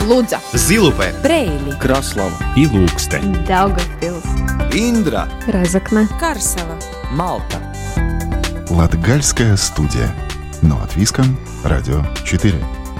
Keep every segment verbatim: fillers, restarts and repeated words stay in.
Лудза, Зилупе, Брейли, Краслава и Лукстē, Daugavpils, Индра, Разокне, Карсела, Малта. Латгальская студия. Но от Виском, Радио четыре.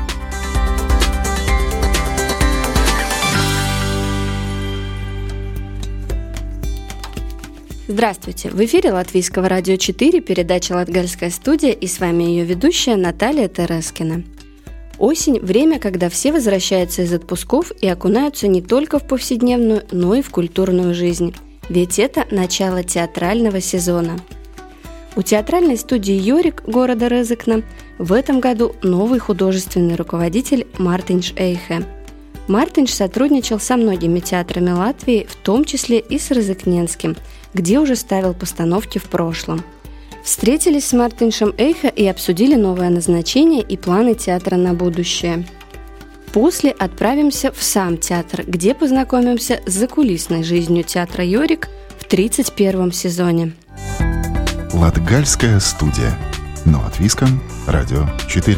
Здравствуйте! В эфире Латвийского радио четыре, передача «Латгальская студия», и с вами ее ведущая Наталья Терескина. Осень – время, когда все возвращаются из отпусков и окунаются не только в повседневную, но и в культурную жизнь. Ведь это начало театрального сезона. У театральной студии «Йорик» города Резекне в этом году новый художественный руководитель Мартинš Эйхе. Мартинš сотрудничал со многими театрами Латвии, в том числе и с Резекненским, где уже ставил постановки в прошлом. Встретились с Мартинšем Эйхе и обсудили новое назначение и планы театра на будущее. После отправимся в сам театр, где познакомимся с закулисной жизнью театра «Йорик» в тридцать первом сезоне. Латгальская студия. Но от Виском, Радио четыре.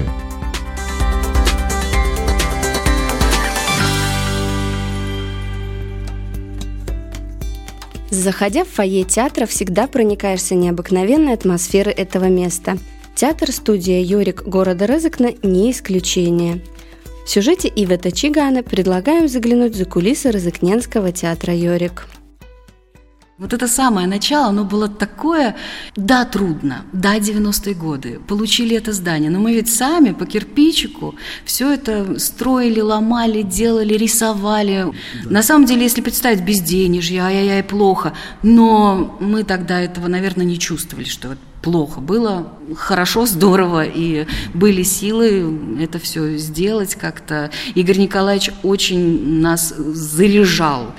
Заходя в фойе театра, всегда проникаешься необыкновенной атмосферой этого места. Театр-студия «Йорик» города Резекне не исключение. В сюжете Ивета Чигана предлагаем заглянуть за кулисы Резекненского театра «Йорик». Вот это самое начало, оно было такое, да, трудно, да, девяностые годы, получили это здание, но мы ведь сами по кирпичику все это строили, ломали, делали, рисовали. Да. На самом деле, если представить безденежье, ай-яй-яй, плохо, но мы тогда этого, наверное, не чувствовали, что плохо. Было хорошо, здорово, и были силы это все сделать как-то. Игорь Николаевич очень нас заряжал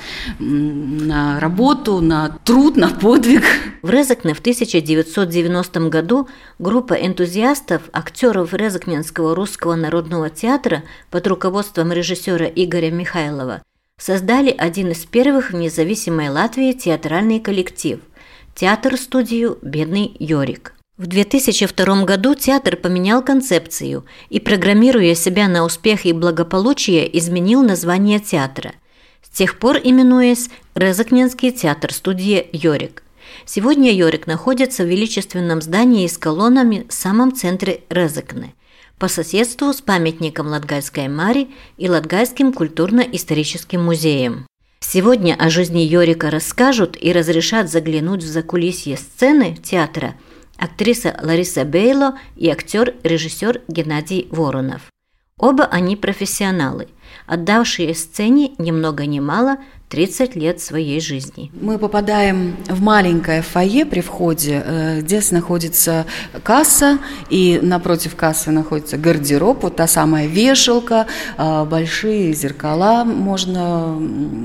на работу, на труд, на подвиг. В Резекне в тысяча девятьсот девяностом году группа энтузиастов, актеров Резекненского русского народного театра под руководством режиссера Игоря Михайлова создали один из первых в независимой Латвии театральный коллектив – театр-студию «Бедный Йорик». В две тысячи втором году театр поменял концепцию и, программируя себя на успех и благополучие, изменил название театра. С тех пор именуясь Резекненский театр-студия «Йорик». Сегодня «Йорик» находится в величественном здании с колоннами в самом центре Резекне, по соседству с памятником Латгальской Мари и Латгальским культурно-историческим музеем. Сегодня о жизни Йорика расскажут и разрешат заглянуть в закулисье сцены театра актриса Лариса Бейло и актер-режиссер Геннадий Воронов. Оба они профессионалы, отдавшие сцене ни много ни мало тридцать лет своей жизни. Мы попадаем в маленькое фойе при входе. Здесь находится касса, и напротив кассы находится гардероб, вот та самая вешалка, большие зеркала. Можно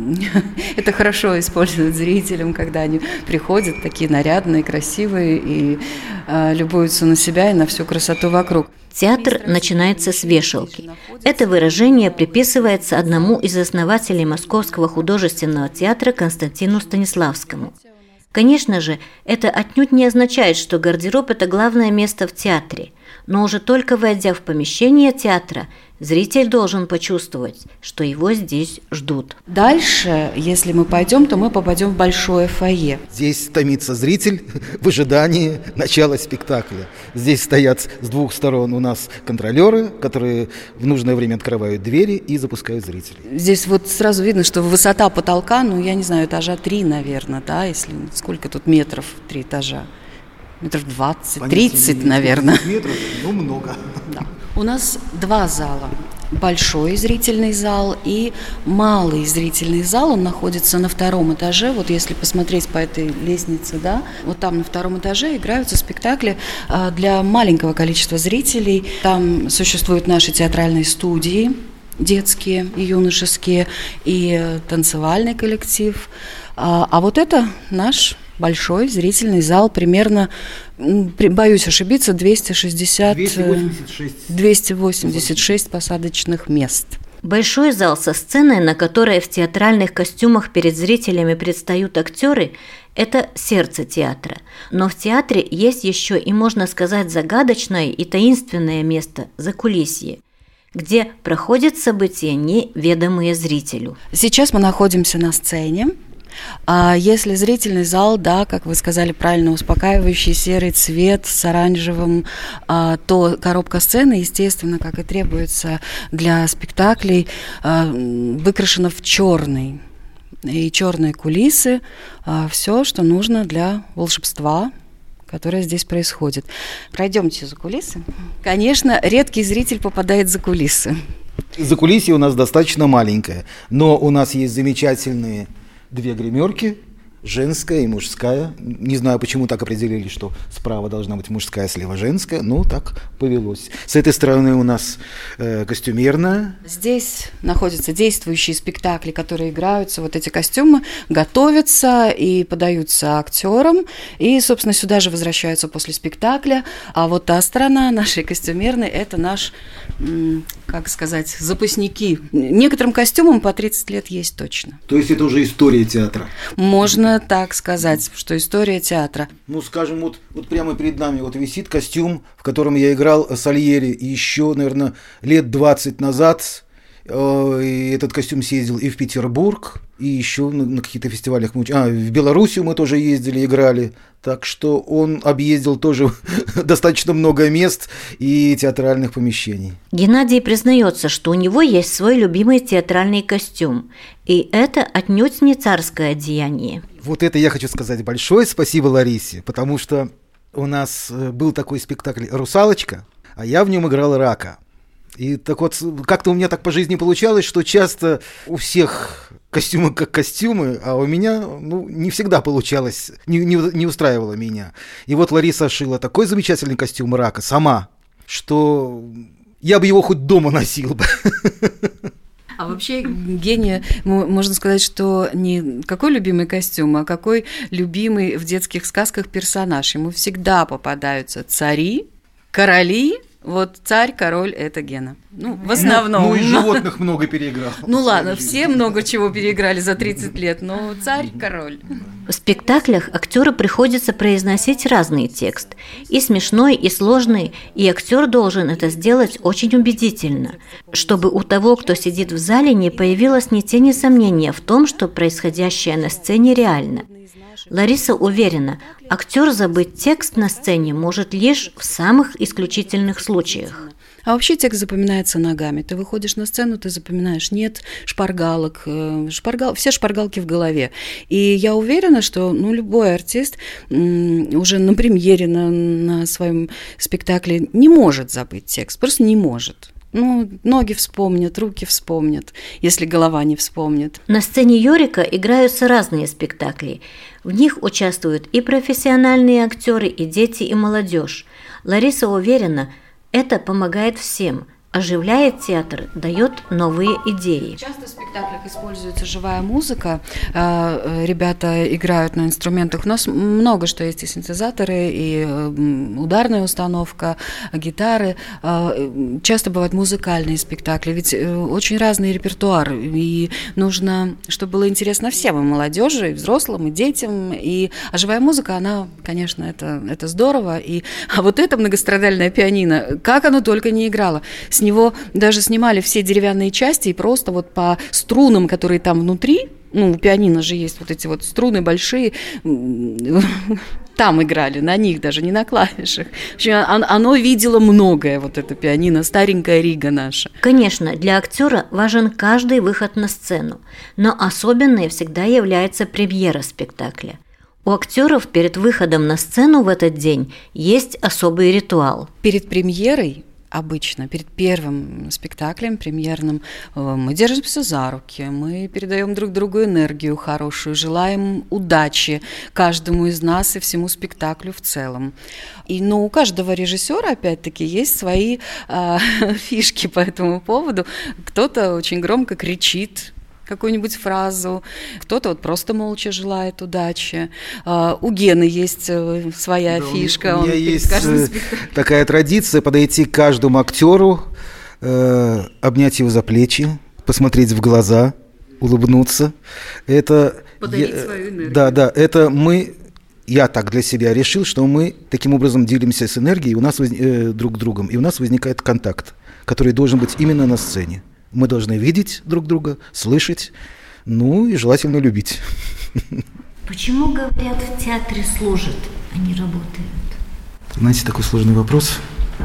это хорошо использовать зрителям, когда они приходят такие нарядные, красивые и любуются на себя и на всю красоту вокруг. Театр начинается с вешалки. Это выражение приписывается одному из основателей Московского художественного театра Константину Станиславскому. Конечно же, это отнюдь не означает, что гардероб – это главное место в театре, но уже только войдя в помещение театра, зритель должен почувствовать, что его здесь ждут. Дальше, если мы пойдем, то мы попадем в большое фойе. Здесь томится зритель в ожидании начала спектакля. Здесь стоят с двух сторон у нас контролеры, которые в нужное время открывают двери и запускают зрителей. Здесь вот сразу видно, что высота потолка, ну, я не знаю, этажа три, наверное, да, если сколько тут метров, три этажа. Метров двадцать, тридцать, наверное. Метров, ну, много. Да. У нас два зала. Большой зрительный зал и малый зрительный зал. Он находится на втором этаже. Вот если посмотреть по этой лестнице, да, вот там на втором этаже играются спектакли для маленького количества зрителей. Там существуют наши театральные студии, детские и юношеские, и танцевальный коллектив. А вот это наш большой зрительный зал, примерно, боюсь ошибиться, двести шестьдесят, двести восемьдесят шесть посадочных мест. Большой зал со сценой, на которой в театральных костюмах перед зрителями предстают актеры, это сердце театра. Но в театре есть еще и, можно сказать, загадочное и таинственное место – закулисье. где проходят события, неведомые зрителю. Сейчас мы находимся на сцене. А если зрительный зал, да, как вы сказали правильно, успокаивающий серый цвет с оранжевым, а, то коробка сцены, естественно, как и требуется для спектаклей, а, выкрашена в черный. И черные кулисы, а, все, что нужно для волшебства, которое здесь происходит. Пройдемте за кулисы. Конечно, редкий зритель попадает за кулисы. Закулисье у нас достаточно маленькое, но у нас есть замечательные две гримерки, женская и мужская. Не знаю, почему так определили, что справа должна быть мужская, слева женская. Ну, так повелось. С этой стороны у нас э, костюмерная. Здесь находятся действующие спектакли, которые играются. Вот эти костюмы готовятся и подаются актерам. И, собственно, сюда же возвращаются после спектакля. А вот та сторона нашей костюмерной – это наш, как сказать, запасники. Некоторым костюмам по тридцать лет есть точно. То есть это уже история театра? Можно так сказать, что история театра. Ну, скажем, вот, вот прямо перед нами вот висит костюм, в котором я играл Сальери, и еще, наверное, лет двадцать назад э, и этот костюм съездил и в Петербург, и еще на, на каких-то фестивалях. Мы, а, в Белоруссию мы тоже ездили, играли. Так что он объездил тоже достаточно много мест и театральных помещений. Геннадий признается, что у него есть свой любимый театральный костюм, и это отнюдь не царское одеяние. Вот это я хочу сказать большое спасибо Ларисе, потому что у нас был такой спектакль «Русалочка», а я в нем играл рака. И так вот, как-то у меня так по жизни получалось, что часто у всех костюмы как костюмы, а у меня, ну, не всегда получалось, не, не, не устраивало меня. И вот Лариса шила такой замечательный костюм рака сама, что я бы его хоть дома носил бы. А вообще, Гене, можно сказать, что не какой любимый костюм, а какой любимый в детских сказках персонаж. Ему всегда попадаются цари, короли. Вот царь, король – это Гена. Ну, в основном. Ну, и животных много переиграл. Ну, ладно, все много чего переиграли за тридцать лет, но царь, король. В спектаклях актеру приходится произносить разный текст. И смешной, и сложный, и актер должен это сделать очень убедительно, чтобы у того, кто сидит в зале, не появилось ни тени сомнения в том, что происходящее на сцене реально. Лариса уверена, актер забыть текст на сцене может лишь в самых исключительных случаях. А вообще текст запоминается ногами. Ты выходишь на сцену, ты запоминаешь, нет шпаргалок, шпаргал, все шпаргалки в голове. И я уверена, что ну, любой артист уже на премьере, на, на своем спектакле не может забыть текст, просто не может. Ну, ноги вспомнят, руки вспомнят, если голова не вспомнит. На сцене Йорика играются разные спектакли. В них участвуют и профессиональные актеры, и дети, и молодежь. Лариса уверена, это помогает всем, оживляет театр, дает новые идеи. Часто в спектаклях используется живая музыка, ребята играют на инструментах. У нас много что есть, и синтезаторы, и ударная установка, гитары. Часто бывают музыкальные спектакли, ведь очень разный репертуар, и нужно, чтобы было интересно всем, и молодежи, и взрослым, и детям. И... А живая музыка, она, конечно, это, это здорово. И... А вот это многострадальное пианино, как оно только не играло. С него даже снимали все деревянные части, и просто вот по струнам, которые там внутри, ну, у пианино же есть вот эти вот струны большие, там играли, на них даже, не на клавишах. В общем, оно видело многое, вот это пианино, старенькая Рига наша. Конечно, для актера важен каждый выход на сцену, но особенной всегда является премьера спектакля. У актеров перед выходом на сцену в этот день есть особый ритуал. Перед премьерой обычно, перед первым спектаклем премьерным, мы держимся за руки, мы передаем друг другу энергию хорошую, желаем удачи каждому из нас и всему спектаклю в целом. И, но у каждого режиссера, опять-таки, есть свои э, фишки по этому поводу. Кто-то очень громко кричит какую-нибудь фразу, кто-то вот просто молча желает удачи. Uh, у Гены есть своя да, фишка. У меня есть такая традиция подойти к каждому актеру, э, обнять его за плечи, посмотреть в глаза, улыбнуться. Это подарить я, свою энергию. Да, да, это мы я так для себя решил, что мы таким образом делимся с энергией у нас воз... э, друг с другом, и у нас возникает контакт, который должен быть именно на сцене. Мы должны видеть друг друга, слышать, ну и желательно любить. Почему, говорят, в театре служат, а не работают? Знаете, такой сложный вопрос.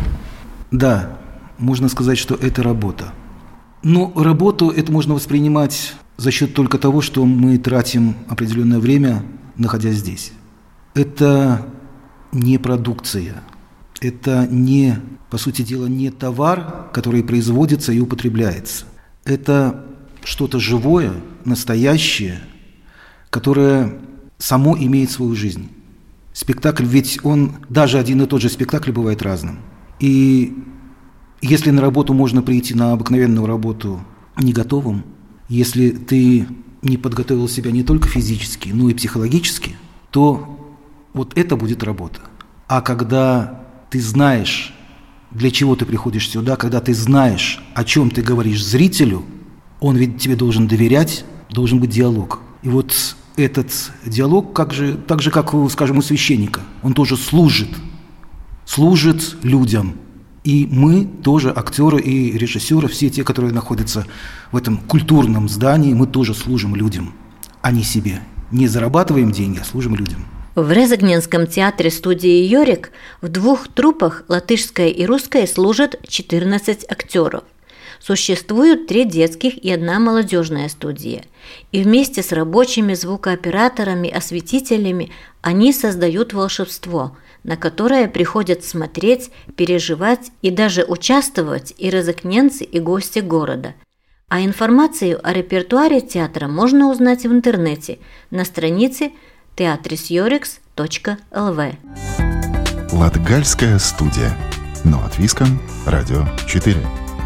Да, можно сказать, что это работа. Но работу это можно воспринимать за счет только того, что мы тратим определенное время, находясь здесь. Это не продукция, это не, по сути дела, не товар, который производится и употребляется. Это что-то живое, настоящее, которое само имеет свою жизнь. Спектакль, ведь он, даже один и тот же спектакль бывает разным. И если на работу можно прийти, на обыкновенную работу, не готовым, если ты не подготовил себя не только физически, но и психологически, то вот это будет работа. А когда ты знаешь, для чего ты приходишь сюда, когда ты знаешь, о чем ты говоришь зрителю, он ведь тебе должен доверять, должен быть диалог. И вот этот диалог, как же, так же, как, скажем, у священника, он тоже служит, служит людям. И мы тоже, актеры и режиссеры, все те, которые находятся в этом культурном здании, мы тоже служим людям, а не себе. Не зарабатываем деньги, а служим людям. В Резекненском театре студии «Йорик» в двух труппах, латышской и русской, служат четырнадцать актеров. Существуют три детских и одна молодежная студия. И вместе с рабочими звукооператорами, осветителями они создают волшебство, на которое приходят смотреть, переживать и даже участвовать и резекненцы, и гости города. А информацию о репертуаре театра можно узнать в интернете на странице театрис-йорикс точка эл ви. Латгальская студия. Но от Виском. Радио четыре.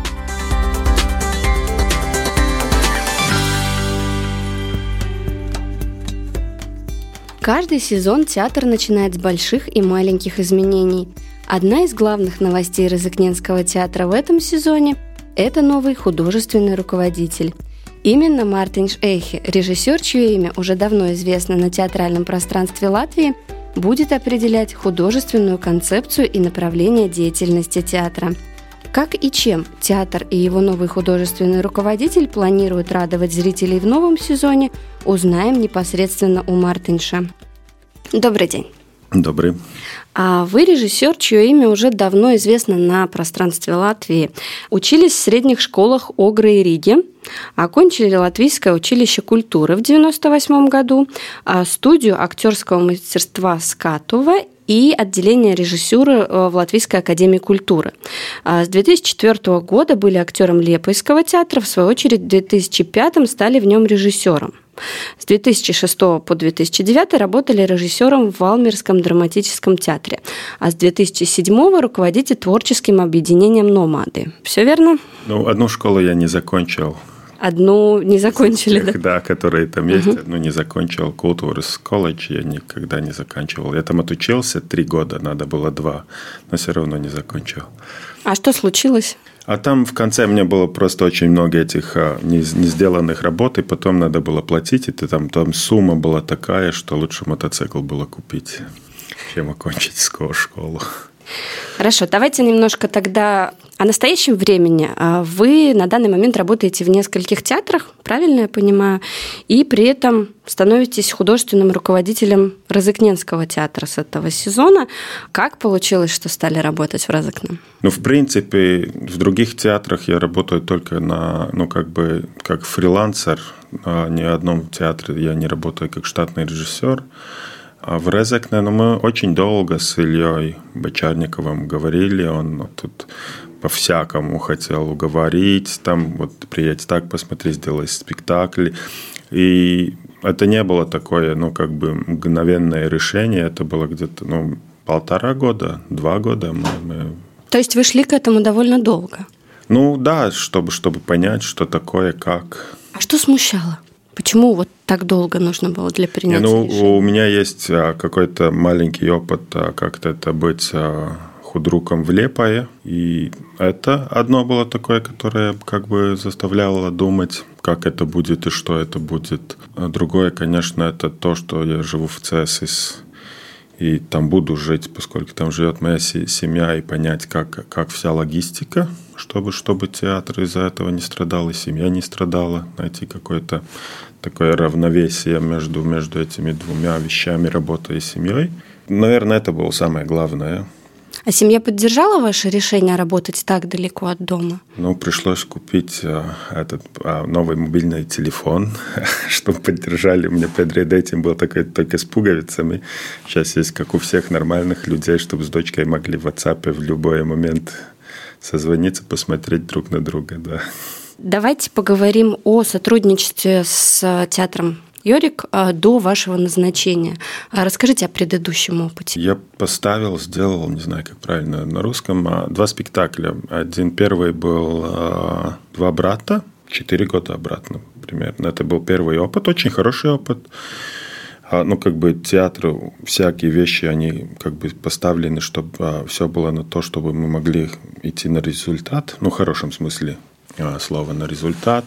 Каждый сезон театр начинает с больших и маленьких изменений. Одна из главных новостей Резекненского театра в этом сезоне – это новый художественный руководитель. Именно Мартинš Эйхе, режиссер, чье имя уже давно известно на театральном пространстве Латвии, будет определять художественную концепцию и направление деятельности театра. Как и чем театр и его новый художественный руководитель планируют радовать зрителей в новом сезоне, узнаем непосредственно у Мартинша. Добрый день. Добрый. А вы режиссер, чье имя уже давно известно на пространстве Латвии. Учились в средних школах Огры и Риги, окончили Латвийское училище культуры в девяносто восьмом году, студию актерского мастерства Скатува и отделение режиссуры в Латвийской академии культуры. С две тысячи четвёртого года были актером Лепойского театра, в свою очередь в две тысячи пятом стали в нем режиссером. С две тысячи шестого по две тысячи девятый работали режиссером в Валмирском драматическом театре, а с две тысячи седьмого руководите творческим объединением «Номады». Все верно? Ну, одну школу я не закончил. Одну не закончили, тех, да? Да, которые там есть. Uh-huh. Одну не закончил. Културс колледж я никогда не заканчивал. Я там отучился три года, надо было два, но все равно не закончил. А что случилось? А там в конце мне было просто очень много этих а, не, не сделанных работ, и потом надо было платить, и там, там сумма была такая, что лучше мотоцикл было купить, чем окончить школу. Хорошо, давайте немножко тогда о настоящем времени. Вы на данный момент работаете в нескольких театрах, правильно я понимаю, и при этом становитесь художественным руководителем Резекненского театра с этого сезона. Как получилось, что стали работать в Резекне? Ну, в принципе, в других театрах я работаю только на, ну, как бы, как фрилансер. А ни в одном театре я не работаю как штатный режиссер. А в Резекне, ну, мы очень долго с Ильей Бочарниковым говорили, он тут по-всякому хотел уговорить, там вот приедь так, посмотри, сделай спектакль. И это не было такое, ну, как бы мгновенное решение, это было где-то, ну, полтора года, два года. Мы, мы... То есть вы шли к этому довольно долго? Ну, да, чтобы, чтобы понять, что такое, как. А что смущало? Почему вот так долго нужно было для принятия ну, решения? У меня есть какой-то маленький опыт, как-то это быть худруком в Лепое. И это одно было такое, которое как бы заставляло думать, как это будет и что это будет. А другое, конечно, это то, что я живу в ЦСИС. и там буду жить, поскольку там живет моя семья, и понять, как, как вся логистика, чтобы, чтобы театр из-за этого не страдал, и семья не страдала, найти какое-то такое равновесие между, между этими двумя вещами, работой и семьей. Наверное, это было самое главное. А семья поддержала ваше решение работать так далеко от дома? Ну, пришлось купить а, этот а, новый мобильный телефон, чтобы поддержали. У меня перед этим был такой только с пуговицами. Сейчас есть, как у всех нормальных людей, чтобы с дочкой могли в WhatsApp в любой момент созвониться, посмотреть друг на друга, да. Давайте поговорим о сотрудничестве с театром Йорик до вашего назначения. Расскажите о предыдущем опыте. Я поставил, сделал, не знаю, как правильно на русском, два спектакля. Один первый был «Два брата», четыре года обратно примерно. Это был первый опыт, очень хороший опыт. Ну, как бы театр, всякие вещи, они как бы поставлены, чтобы все было на то, чтобы мы могли идти на результат, ну, в хорошем смысле слова, на результат.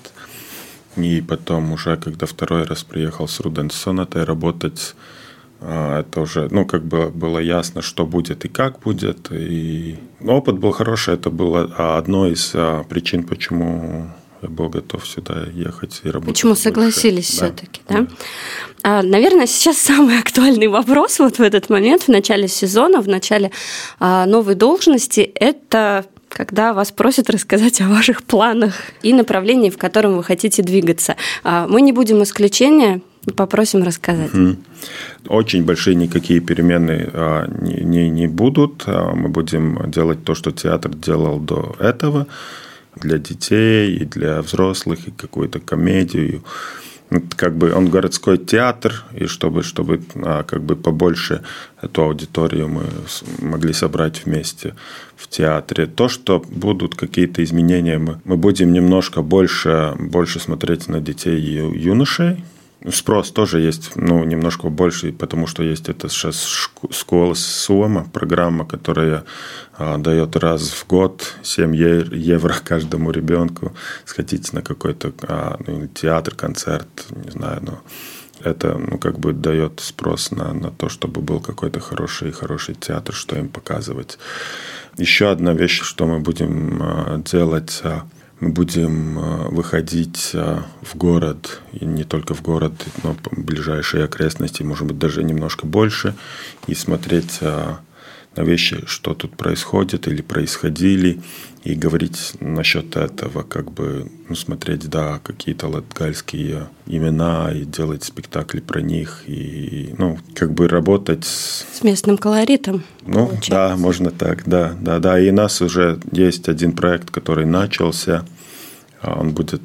И потом уже, когда второй раз приехал с Руденсонатой работать, это уже, ну, как бы было ясно, что будет и как будет. И опыт был хороший, это было одной из причин, почему я был готов сюда ехать и работать. Почему согласились больше. Все-таки, да? да? А, наверное, сейчас самый актуальный вопрос вот в этот момент, в начале сезона, в начале а, новой должности, это когда вас просят рассказать о ваших планах и направлении, в котором вы хотите двигаться. Мы не будем исключения, попросим рассказать. Очень большие никакие перемены не, не, не будут. Мы будем делать то, что театр делал до этого, для детей и для взрослых, и какую-то комедию. Как бы он городской театр, и чтобы, чтобы как бы побольше эту аудиторию мы могли собрать вместе в театре. То, что будут какие-то изменения, мы, мы будем немножко больше, больше смотреть на детей и юношей. Спрос тоже есть, ну, немножко больше, потому что есть это сейчас школа Суома, программа, которая а, дает раз в год семь евро каждому ребенку сходить на какой-то а, ну, театр, концерт, не знаю, но это, ну, как бы дает спрос на, на то, чтобы был какой-то хороший, хороший театр, что им показывать. Еще одна вещь, что мы будем а, делать. А, Мы будем выходить в город, и не только в город, но в ближайшие окрестности, может быть, даже немножко больше, и смотреть на вещи, что тут происходит или происходили, и говорить насчет этого, как бы, ну, смотреть, да, какие-то латгальские имена, и делать спектакли про них, и, ну, как бы работать с... С местным колоритом. Ну, получается. Да, можно так, да, да, да. И у нас уже есть один проект, который начался, он будет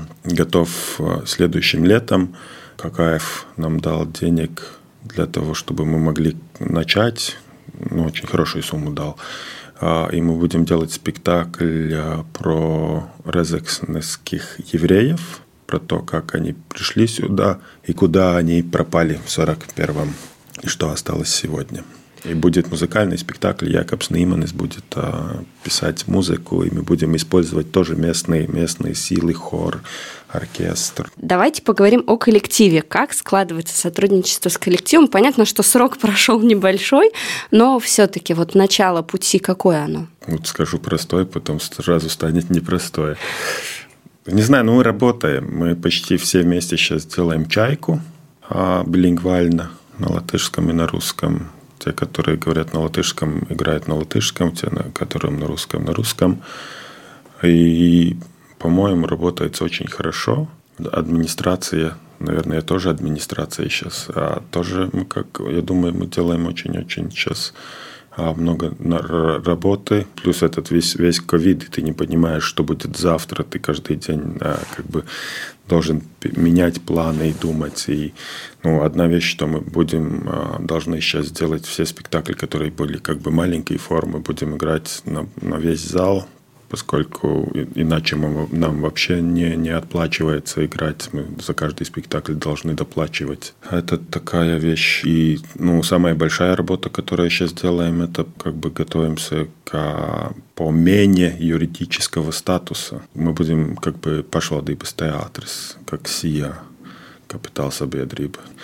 готов следующим летом. Какаев нам дал денег для того, чтобы мы могли начать, ну, очень хорошую сумму дал. И мы будем делать спектакль про резекненских евреев, про то, как они пришли сюда и куда они пропали в сорок первом, и что осталось сегодня. И будет музыкальный спектакль, Якобс Нейманис будет а, писать музыку, и мы будем использовать тоже местные, местные силы, хор, оркестр. Давайте поговорим о коллективе. Как складывается сотрудничество с коллективом? Понятно, что срок прошел небольшой, но все-таки вот начало пути, какое оно? Вот скажу простое, потом сразу станет непростое. Не знаю, но мы работаем. Мы почти все вместе сейчас делаем «Чайку» а, билингвально на латышском и на русском. Те, которые говорят на латышском, играют на латышском, те, которые на русском, на русском. И, по-моему, работает очень хорошо. Администрация, наверное, тоже администрация сейчас. А тоже, мы как, я думаю, мы делаем очень-очень сейчас много работы. Плюс этот весь, весь ковид, и ты не понимаешь, что будет завтра. Ты каждый день как бы должен менять планы и думать. И, ну, одна вещь, что мы будем, должны сейчас сделать все спектакли, которые были как бы маленькие формы, будем играть на, на весь зал, поскольку иначе мы, нам вообще не, не отплачивается играть. Мы за каждый спектакль должны доплачивать. Это такая вещь. И, ну, самая большая работа, которую сейчас делаем, это как бы готовимся к помене юридического статуса. Мы будем как бы pašvaldības teātris, как сия, капитал sabiedrība.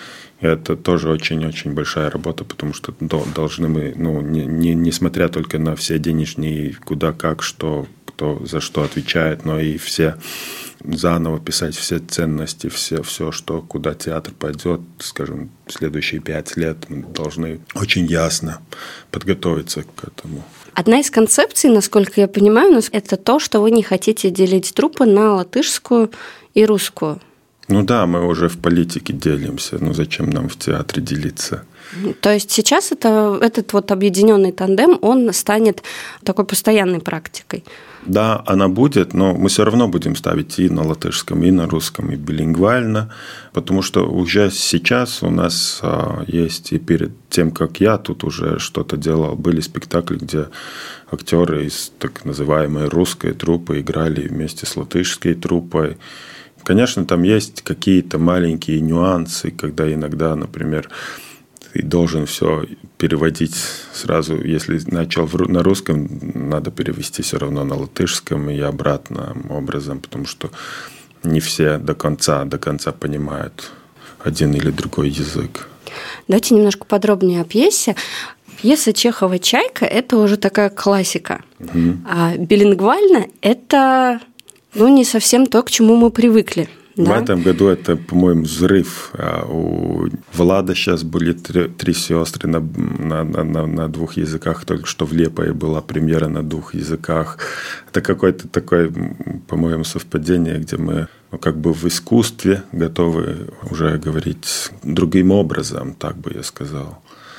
Это тоже очень-очень большая работа, потому что должны мы, ну, не, не, несмотря только на все денежные, куда, как, что, кто за что отвечает, но и все заново писать все ценности, все, все, что, куда театр пойдет, скажем, в следующие пять лет мы должны очень ясно подготовиться к этому. Одна из концепций, насколько я понимаю, это то, что вы не хотите делить труппы на латышскую и русскую. Ну да, мы уже в политике делимся. Ну зачем нам в театре делиться? То есть сейчас это, этот вот объединенный тандем, он станет такой постоянной практикой. Да, она будет, но мы все равно будем ставить и на латышском, и на русском, и билингвально, потому что уже сейчас у нас а, есть, и перед тем, как я тут уже что-то делал, были спектакли, где актеры из так называемой русской труппы играли вместе с латышской труппой. Конечно, там есть какие-то маленькие нюансы, когда иногда, например, ты должен все переводить сразу. Если начал на русском, надо перевести все равно на латышском и обратным образом, потому что не все до конца, до конца понимают один или другой язык. Давайте немножко подробнее о пьесе. Пьеса Чехова «Чайка» – это уже такая классика. Угу. А билингвально – это ну, не совсем то, к чему мы привыкли. Да? В этом году это, по-моему, взрыв. У Влада сейчас были три, три сестры на, на, на, на двух языках. Только что в Лепое была премьера на двух языках. Это какое-то такое, по-моему, совпадение, где мы ну, как бы в искусстве готовы уже говорить другим образом, так бы я сказал.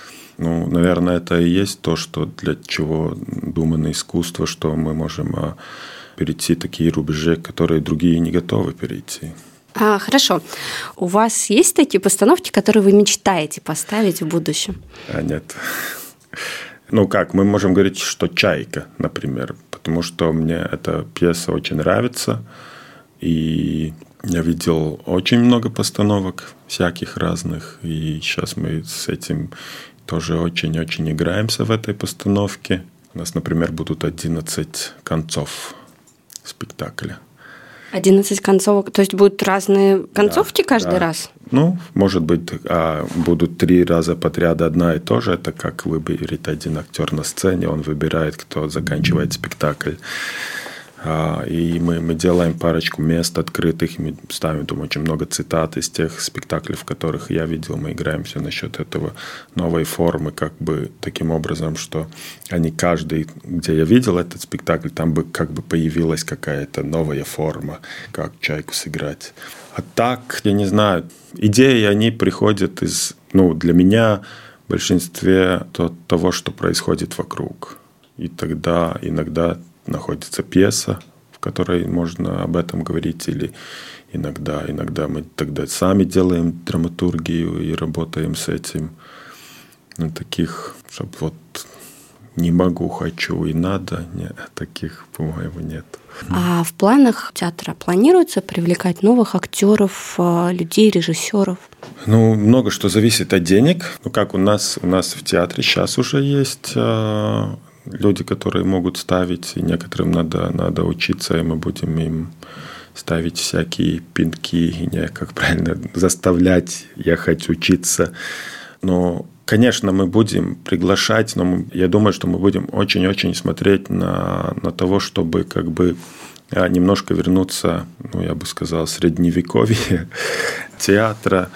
Ну, наверное, это и есть то, что для чего думано искусство, что мы можем перейти такие рубежи, которые другие не готовы перейти. А, хорошо. У вас есть такие постановки, которые вы мечтаете поставить в будущем? А, нет. Ну как, мы можем говорить, что «Чайка», например, потому что мне эта пьеса очень нравится, и я видел очень много постановок всяких разных, и сейчас мы с этим тоже очень-очень играемся в этой постановке. У нас, например, будут одиннадцать концов спектакля. одиннадцать концовок, то есть будут разные концовки да, каждый да. раз? Ну, может быть, а будут три раза подряд одна и то же. Это как выберет один актер на сцене, он выбирает, кто заканчивает спектакль. И мы, мы делаем парочку мест открытых, мы ставим там очень много цитат из тех спектаклей, в которых я видел, мы играем все насчет этого новой формы, как бы таким образом, что они каждый, где я видел этот спектакль, там бы как бы появилась какая-то новая форма, как «Чайку» сыграть. А так, я не знаю, идеи, они приходят из, ну, для меня в большинстве того, что происходит вокруг. И тогда иногда находится пьеса, в которой можно об этом говорить, или иногда, иногда мы тогда сами делаем драматургию и работаем с этим. Ну, таких, чтобы вот не могу, хочу и надо, нет, таких, по-моему, нет. А в планах театра планируется привлекать новых актеров, людей, режиссеров? Ну, много что зависит от денег. Ну, как у нас, у нас в театре сейчас уже есть люди, которые могут ставить, и некоторым надо, надо учиться, и мы будем им ставить всякие пинки, и не, как правильно, заставлять ехать учиться. Но, конечно, мы будем приглашать, но мы, я думаю, что мы будем очень-очень смотреть на, на того, чтобы как бы немножко вернуться, ну, я бы сказал, средневековье театра,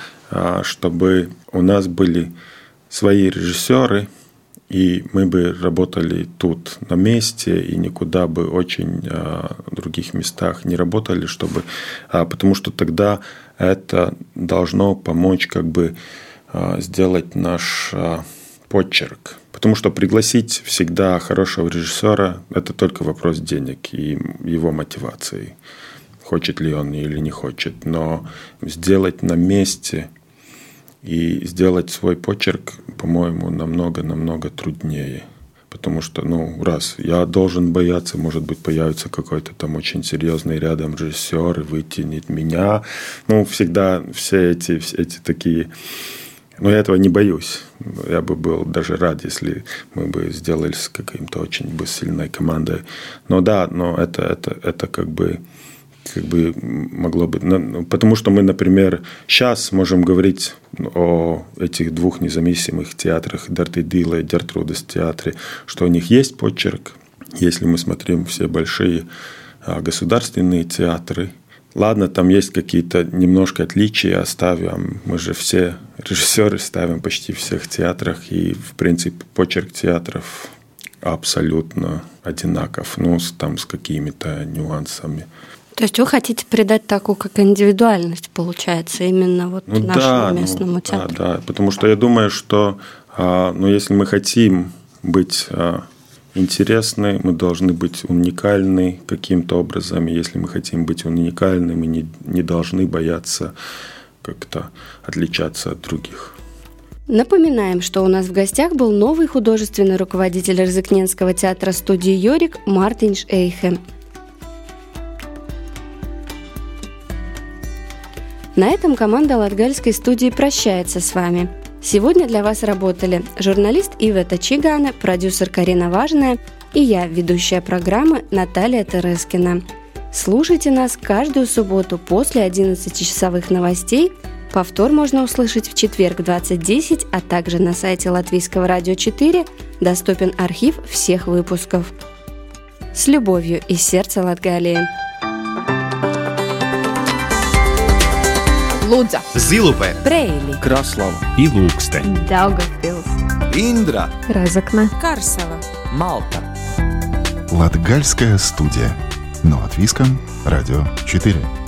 чтобы у нас были свои режиссеры, и мы бы работали тут на месте и никуда бы очень а, в других местах не работали, чтобы, а, потому что тогда это должно помочь как бы а, сделать наш а, почерк. Потому что пригласить всегда хорошего режиссера – это только вопрос денег и его мотивации. Хочет ли он или не хочет. Но сделать на месте и сделать свой почерк, по-моему, намного-намного труднее. Потому что, ну, раз, я должен бояться, может быть, появится какой-то там очень серьезный рядом режиссер и вытянет меня. Ну, всегда все эти, все эти такие... Но я этого не боюсь. Я бы был даже рад, если мы бы сделали с каким-то очень бы сильной командой. Но да, но это, это, это как бы как бы могло бы... Потому что мы, например, сейчас можем говорить о этих двух независимых театрах, Дартидила и Гертрудес театре, что у них есть почерк. Если мы смотрим все большие государственные театры, ладно, там есть какие-то немножко отличия, оставим. Мы же все режиссеры ставим почти в всех театрах, и, в принципе, почерк театров абсолютно одинаков, ну, там с какими-то нюансами. То есть вы хотите придать такую как индивидуальность, получается, именно вот ну, нашему да, местному ну, театру? Да, да, потому что я думаю, что ну, если мы хотим быть интересны, мы должны быть уникальны каким-то образом. И если мы хотим быть уникальны, мы не, не должны бояться как-то отличаться от других. Напоминаем, что у нас в гостях был новый художественный руководитель Рызыкненского театра студии «Йорик» Мартинш Эйхе. На этом команда Латгальской студии прощается с вами. Сегодня для вас работали журналист Ивета Чигана, продюсер Карина Важная и я, ведущая программы Наталья Терескина. Слушайте нас каждую субботу после одиннадцатичасовых новостей. Повтор можно услышать в четверг в двадцать десять, а также на сайте Латвийского радио четыре доступен архив всех выпусков. С любовью из сердца Латгалии. Лудза, Зилупе, Брейли, Краслава и Лукстен, Daugavpils, Индра, Разокна, Карсела, Малта. Латгальская студия. На Латвийском радио четыре.